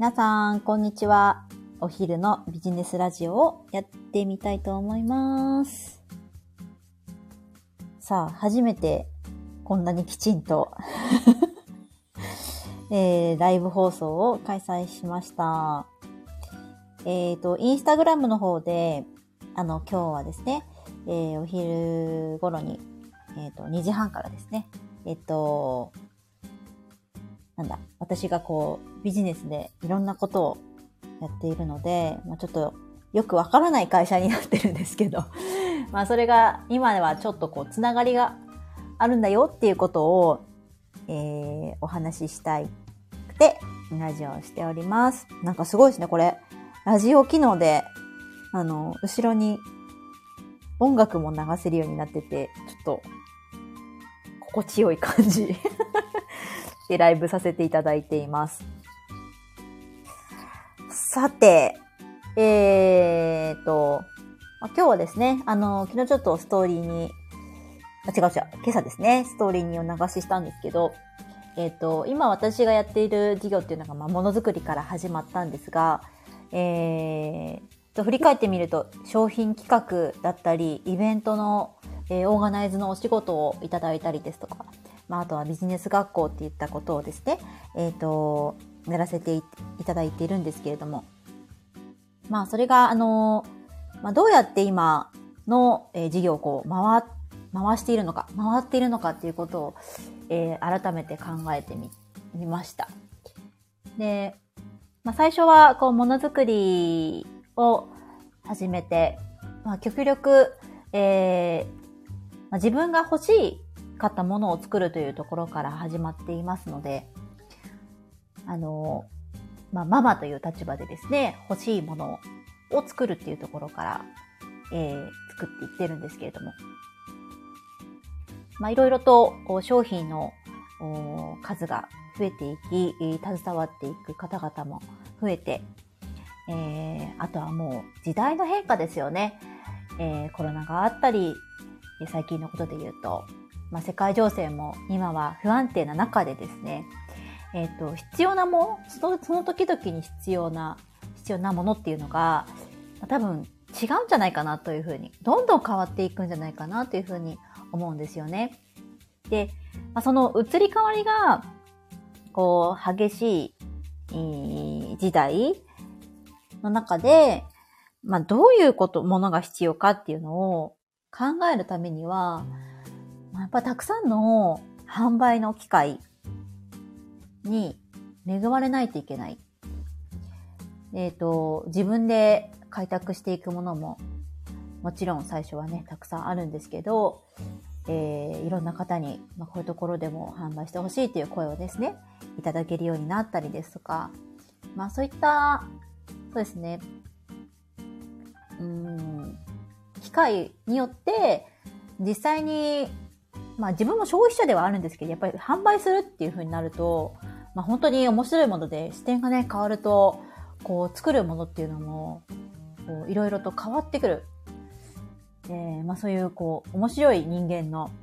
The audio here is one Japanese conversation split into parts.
皆さん、こんにちは。お昼のビジネスラジオをやってみたいと思います。さあ、初めてこんなにきちんと、ライブ放送を開催しました。インスタグラムの方で、今日はですね、お昼頃に、2時半からですね、私がビジネスでいろんなことをやっているので、ちょっとよくわからない会社になってるんですけど、それが今ではちょっとつながりがあるんだよっていうことを、お話ししたいくてラジオをしております。なんかすごいですね、これ。ラジオ機能で、後ろに音楽も流せるようになってて、ちょっと心地よい感じでライブさせていただいています。さて、今日はですね、昨日ちょっとストーリーに、今朝ですね、ストーリーにお流ししたんですけど、今私がやっている事業っていうのが、ものづくりから始まったんですが、振り返ってみると、商品企画だったり、イベントの、オーガナイズのお仕事をいただいたりですとか、あとはビジネス学校っていったことをですね、やらせていただいているんですけれども、それが、どうやって今の、事業を回しているのか、回っているのかっていうことを、改めて考えてみました。で、最初は、ものづくりを始めて、極力、自分が欲しかったものを作るというところから始まっていますので、ママという立場でですね、欲しいものを作るっていうところから、作っていってるんですけれども、いろいろと商品の数が増えていき、携わっていく方々も増えて、あとはもう時代の変化ですよね。コロナがあったり、最近のことで言うと、世界情勢も今は不安定な中でですね、必要なもの、その時々に必要なものっていうのが、多分違うんじゃないかなというふうに、どんどん変わっていくんじゃないかなというふうに思うんですよね。で、その移り変わりが、激しい時代の中で、どういうものが必要かっていうのを考えるためには、やっぱたくさんの販売の機会に恵まれないといけない。自分で開拓していくものももちろん最初はね、たくさんあるんですけど、いろんな方に、こういうところでも販売してほしいという声をですね、いただけるようになったりですとか、そういった、そうですね、機会によって、実際に、自分も消費者ではあるんですけど、やっぱり販売するっていう風になると、本当に面白いもので視点がね、変わると、作るものっていうのも、いろいろと変わってくる。そういう、面白い人間の、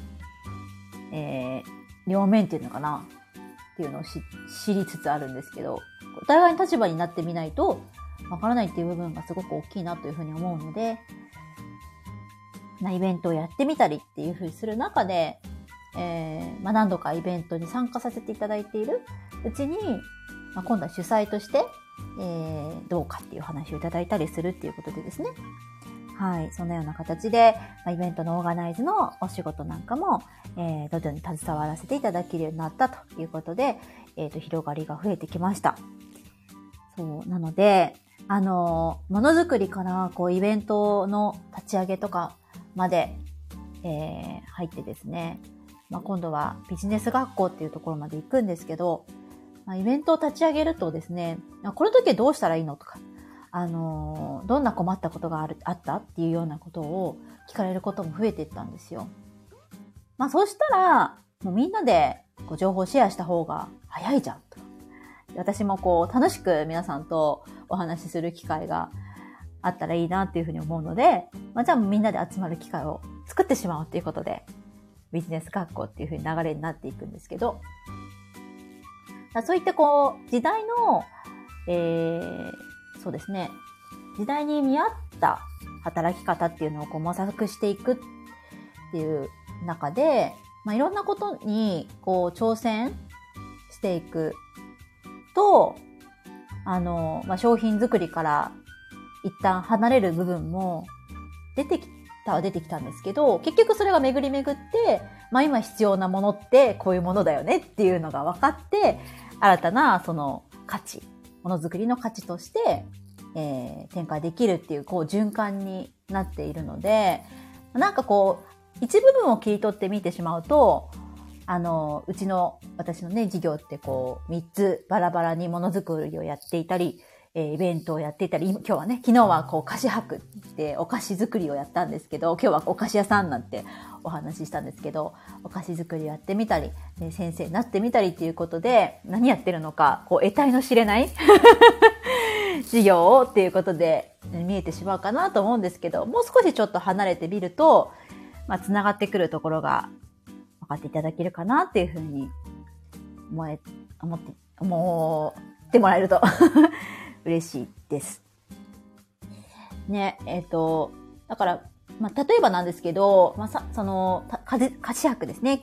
両面っていうのかなっていうのを知りつつあるんですけど、お互いに立場になってみないと、わからないっていう部分がすごく大きいなというふうに思うので、イベントをやってみたりっていうふうにする中で、何度かイベントに参加させていただいているうちに、今度は主催として、どうかっていう話をいただいたりするっていうことでですね。はい。そのような形で、イベントのオーガナイズのお仕事なんかも、徐々に携わらせていただけるようになったということで、広がりが増えてきました。そう。なので、ものづくりからイベントの立ち上げとかまで、入ってですね、今度はビジネス学校っていうところまで行くんですけど、イベントを立ち上げるとですね、この時はどうしたらいいのとか、どんな困ったことがあったっていうようなことを聞かれることも増えていったんですよ。そうしたら、もうみんなで情報をシェアした方が早いじゃんと。私も楽しく皆さんとお話しする機会があったらいいなっていうふうに思うので、じゃあみんなで集まる機会を作ってしまおうっていうことで、ビジネス学校っていうふうに流れになっていくんですけど、そういった時代のそうですね、時代に見合った働き方っていうのを模索していくっていう中で、いろんなことに挑戦していくと、商品作りから一旦離れる部分も出てきたんですけど、結局それが巡り巡って、今必要なものってこういうものだよねっていうのが分かって、新たなその価値、ものづくりの価値として、展開できるっていう循環になっているので、一部分を切り取って見てしまうと、私のね、事業って3つバラバラにものづくりをやっていたり、イベントをやっていたり、昨日は菓子博ってお菓子作りをやったんですけど、今日はお菓子屋さんなんてお話ししたんですけど、お菓子作りをやってみたり、先生になってみたりっていうことで、何やってるのか、得体の知れない事業をっていうことで見えてしまうかなと思うんですけど、もう少しちょっと離れてみると、つながってくるところが分かっていただけるかなっていうふうに思ってもらえると嬉しいです。ね、だから、例えばなんですけど、菓子博ですね。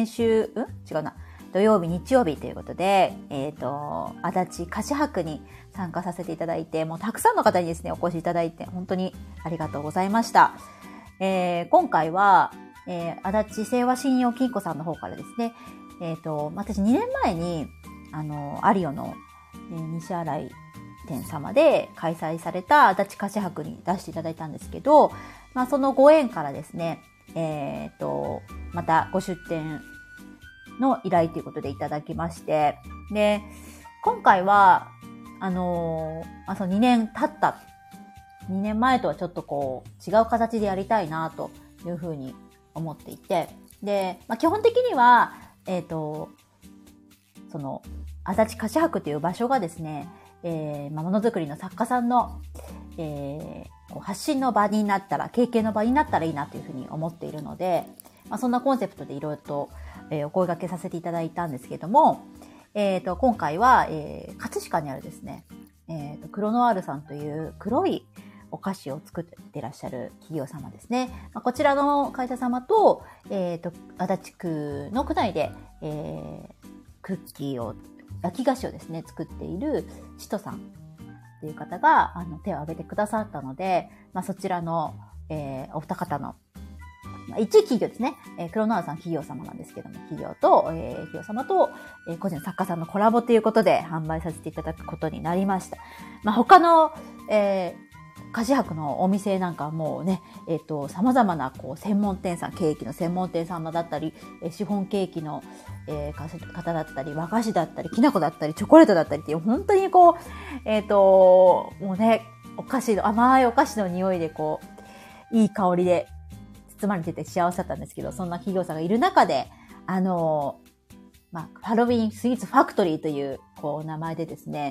土曜日、日曜日ということで、足立菓子博に参加させていただいて、もうたくさんの方にですね、お越しいただいて、本当にありがとうございました。今回は、足立清和信用金庫さんの方からですね、私2年前に、有オの、西新井店様で開催された足立菓子博に出していただいたんですけど、そのご縁からですね、またご出店の依頼ということでいただきまして、で、今回は、その2年経った、2年前とはちょっと違う形でやりたいなというふうに思っていて、で、基本的には、その、足立菓子博という場所がですね、ものづくりの作家さんの、発信の場になったら、経験の場になったらいいなというふうに思っているので、そんなコンセプトでいろいろと、お声掛けさせていただいたんですけれども、今回は、葛飾にあるですね、クロノワールさんという黒いお菓子を作っていらっしゃる企業様ですね。こちらの会社様と、足立区の区内で、クッキーを、焼き菓子をですね、作っているチトさんっていう方が手を挙げてくださったので、そちらの、お二方の、一企業ですね、クロノワールさん企業様なんですけども、企業様と、個人の作家さんのコラボということで販売させていただくことになりました。他の、菓子博のお店なんかはもうね、様々な専門店さん、ケーキの専門店様だったり、シフォンケーキの、方だったり、和菓子だったり、きな粉だったり、チョコレートだったりっていう、本当にもうね、甘いお菓子の匂いでいい香りで包まれてて幸せだったんですけど、そんな企業さんがいる中で、ハロウィンスイーツファクトリーという、名前でですね、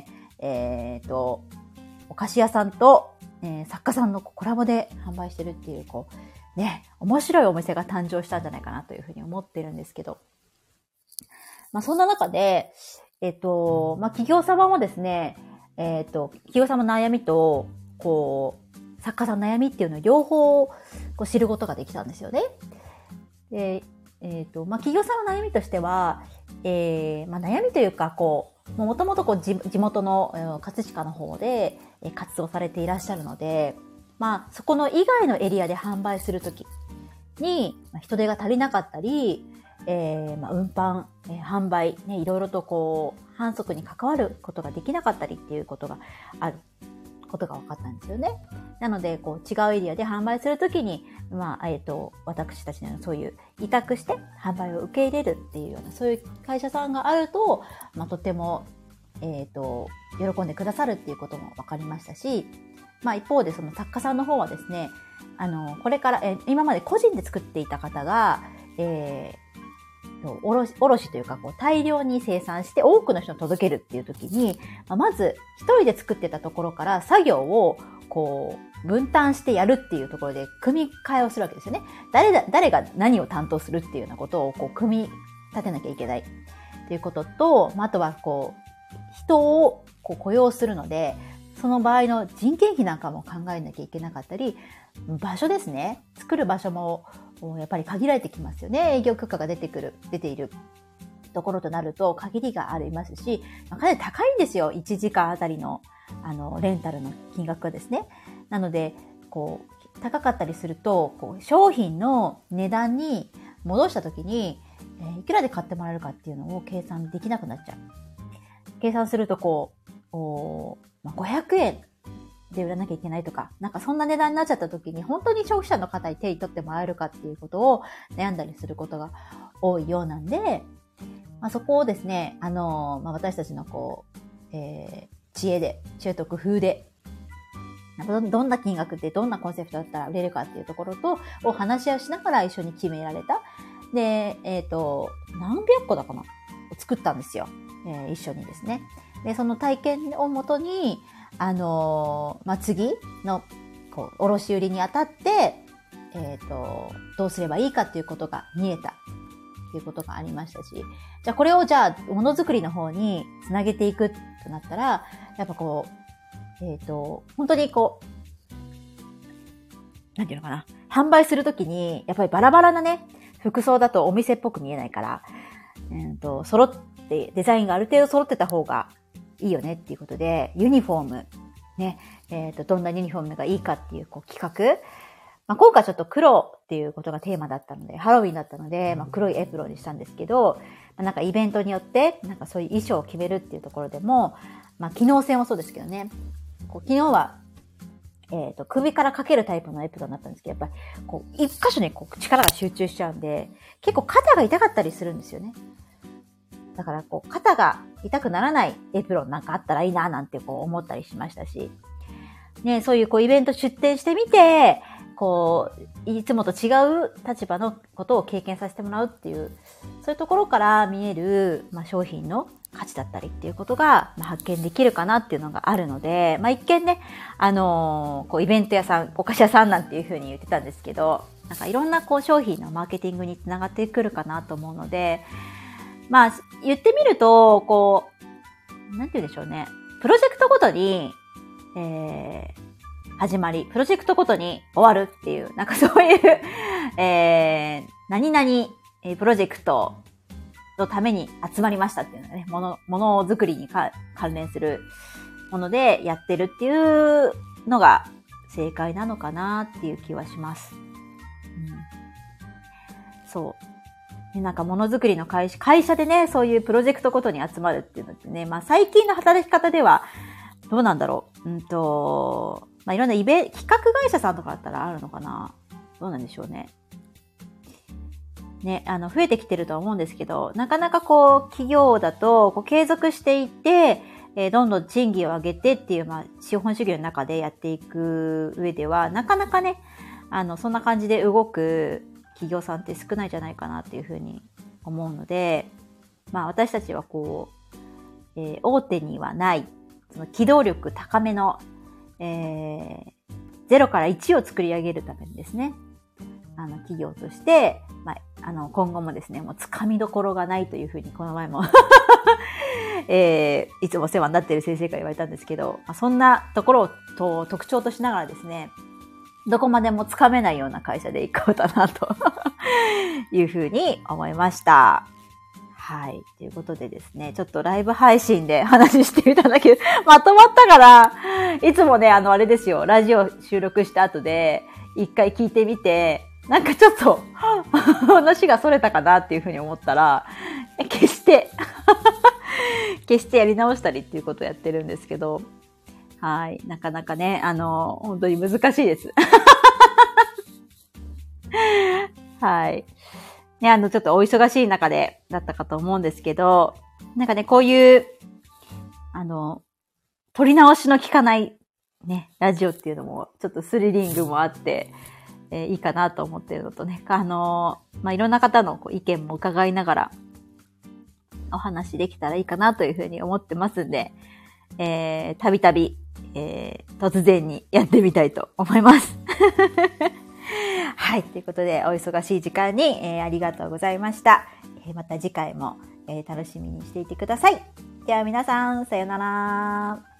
お菓子屋さんと、作家さんのコラボで販売してるっていう、面白いお店が誕生したんじゃないかなというふうに思ってるんですけど。そんな中で、企業様もですね、企業様の悩みと、作家さんの悩みっていうのを両方知ることができたんですよね。で、企業さんの悩みとしては、悩みというか、もともと地元の葛飾の方で活動されていらっしゃるので、そこの以外のエリアで販売するときに、人手が足りなかったり、運搬、販売、ね、いろいろと販促に関わることができなかったりっていうことがあることが分かったんですよね。なので、違うエリアで販売するときに、私たちのそういう委託して販売を受け入れるっていうような、そういう会社さんがあると、とても、喜んでくださるっていうことも分かりましたし、一方でその作家さんの方はですね、これから、今まで個人で作っていた方が、卸というか大量に生産して多くの人に届けるっていう時に、まず一人で作ってたところから作業を分担してやるっていうところで組み替えをするわけですよね。誰が何を担当するっていうようなことを組み立てなきゃいけないっていうことと、あとは人を雇用するので、その場合の人件費なんかも考えなきゃいけなかったり、場所ですね。作る場所もやっぱり限られてきますよね。営業許可が出ているところとなると限りがありますし、かなり高いんですよ。1時間あたりの、レンタルの金額がですね。なので、高かったりすると、商品の値段に戻したときに、いくらで買ってもらえるかっていうのを計算できなくなっちゃう。計算すると500円で売らなきゃいけないとか、なんかそんな値段になっちゃった時に本当に消費者の方に手に取ってもらえるかっていうことを悩んだりすることが多いようなんで、そこをですね、私たちの知恵と工夫で、どんな金額でどんなコンセプトだったら売れるかっていうところを話し合いをしながら一緒に決められた。で、何百個だかな作ったんですよ。一緒にですね。で、その体験をもとに、次の、卸売りにあたって、どうすればいいかっていうことが見えたっていうことがありましたし、じゃあこれをものづくりの方につなげていくとなったら、やっぱ本当になんていうのかな、販売するときに、やっぱりバラバラなね、服装だとお店っぽく見えないから、揃って、デザインがある程度揃ってた方がいいよねっていうことで、ユニフォーム、ね、どんなユニフォームがいいかっていう企画。今回ちょっと黒っていうことがテーマだったので、ハロウィンだったので、黒いエプロンにしたんですけど、なんかイベントによって、なんかそういう衣装を決めるっていうところでも、機能性もそうですけどね、昨日は、首からかけるタイプのエプロンだったんですけど、やっぱり、一箇所に力が集中しちゃうんで、結構肩が痛かったりするんですよね。だから、肩が痛くならないエプロンなんかあったらいいな、なんて思ったりしましたし、ね、そういうイベント出展してみて、いつもと違う立場のことを経験させてもらうっていう、そういうところから見える、商品の価値だったりっていうことが、発見できるかなっていうのがあるので、一見ね、イベント屋さん、お菓子屋さんなんていうふうに言ってたんですけど、なんかいろんな商品のマーケティングにつながってくるかなと思うので、言ってみると、なんて言うんでしょうね。プロジェクトごとに、始まり、プロジェクトごとに終わるっていう、なんかそういう何々プロジェクトのために集まりましたっていうのはね、ものづくりに関連するものでやってるっていうのが正解なのかなっていう気はします。そう。なんかものづくりの会社でね、そういうプロジェクトごとに集まるっていうのってね、最近の働き方ではどうなんだろう。いろんな企画会社さんとかだったらあるのかな。どうなんでしょうね。ね、増えてきてるとは思うんですけど、なかなか企業だと、継続していって、どんどん賃金を上げてっていう、資本主義の中でやっていく上では、なかなかね、そんな感じで動く企業さんって少ないんじゃないかなっていうふうに思うので、私たちは大手にはない、その機動力高めの、0から1を作り上げるためにですね、企業として、今後もですね、もう掴みどころがないというふうに、この前も、いつもお世話になっている先生から言われたんですけど、そんなところを特徴としながらですね、どこまでも掴めないような会社でいこうだな、というふうに思いました。はい。ということでですね、ちょっとライブ配信で話してみたんだけど、まとまったから、いつもね、あれですよ、ラジオ収録した後で、一回聞いてみて、なんかちょっと、話が逸れたかなっていうふうに思ったら、消してやり直したりっていうことをやってるんですけど、はい。なかなかね、本当に難しいです。はい。ね、ちょっとお忙しい中でだったかと思うんですけど、なんかね、こういう、撮り直しの効かないね、ラジオっていうのもちょっとスリリングもあって、いいかなと思ってるのとね、いろんな方の意見も伺いながらお話できたらいいかなというふうに思ってますんで、たびたび、突然にやってみたいと思います。はい。ということで、お忙しい時間に、ありがとうございました。また次回も、楽しみにしていてください。 では皆さん、さよなら。